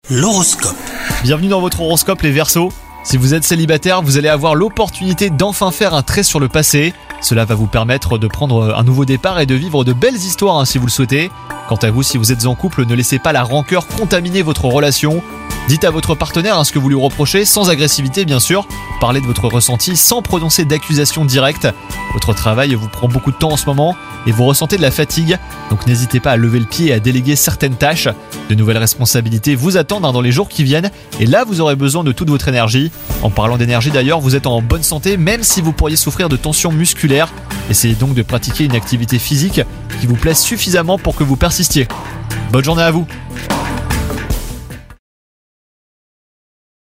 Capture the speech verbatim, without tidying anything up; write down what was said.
L'horoscope. Bienvenue dans votre horoscope les Verseaux. Si vous êtes célibataire, vous allez avoir l'opportunité d'enfin faire un trait sur le passé. Cela va vous permettre de prendre un nouveau départ et de vivre de belles histoires hein, si vous le souhaitez. Quant à vous, si vous êtes en couple, ne laissez pas la rancœur contaminer votre relation. Dites à votre partenaire hein, ce que vous lui reprochez, sans agressivité bien sûr. Parlez de votre ressenti sans prononcer d'accusations directes. Votre travail vous prend beaucoup de temps en ce moment et vous ressentez de la fatigue. Donc n'hésitez pas à lever le pied et à déléguer certaines tâches. De nouvelles responsabilités vous attendent hein, dans les jours qui viennent. Et là, vous aurez besoin de toute votre énergie. En parlant d'énergie d'ailleurs, vous êtes en bonne santé même si vous pourriez souffrir de tensions musculaires. Essayez donc de pratiquer une activité physique qui vous plaise suffisamment pour que vous persistiez. Bonne journée à vous!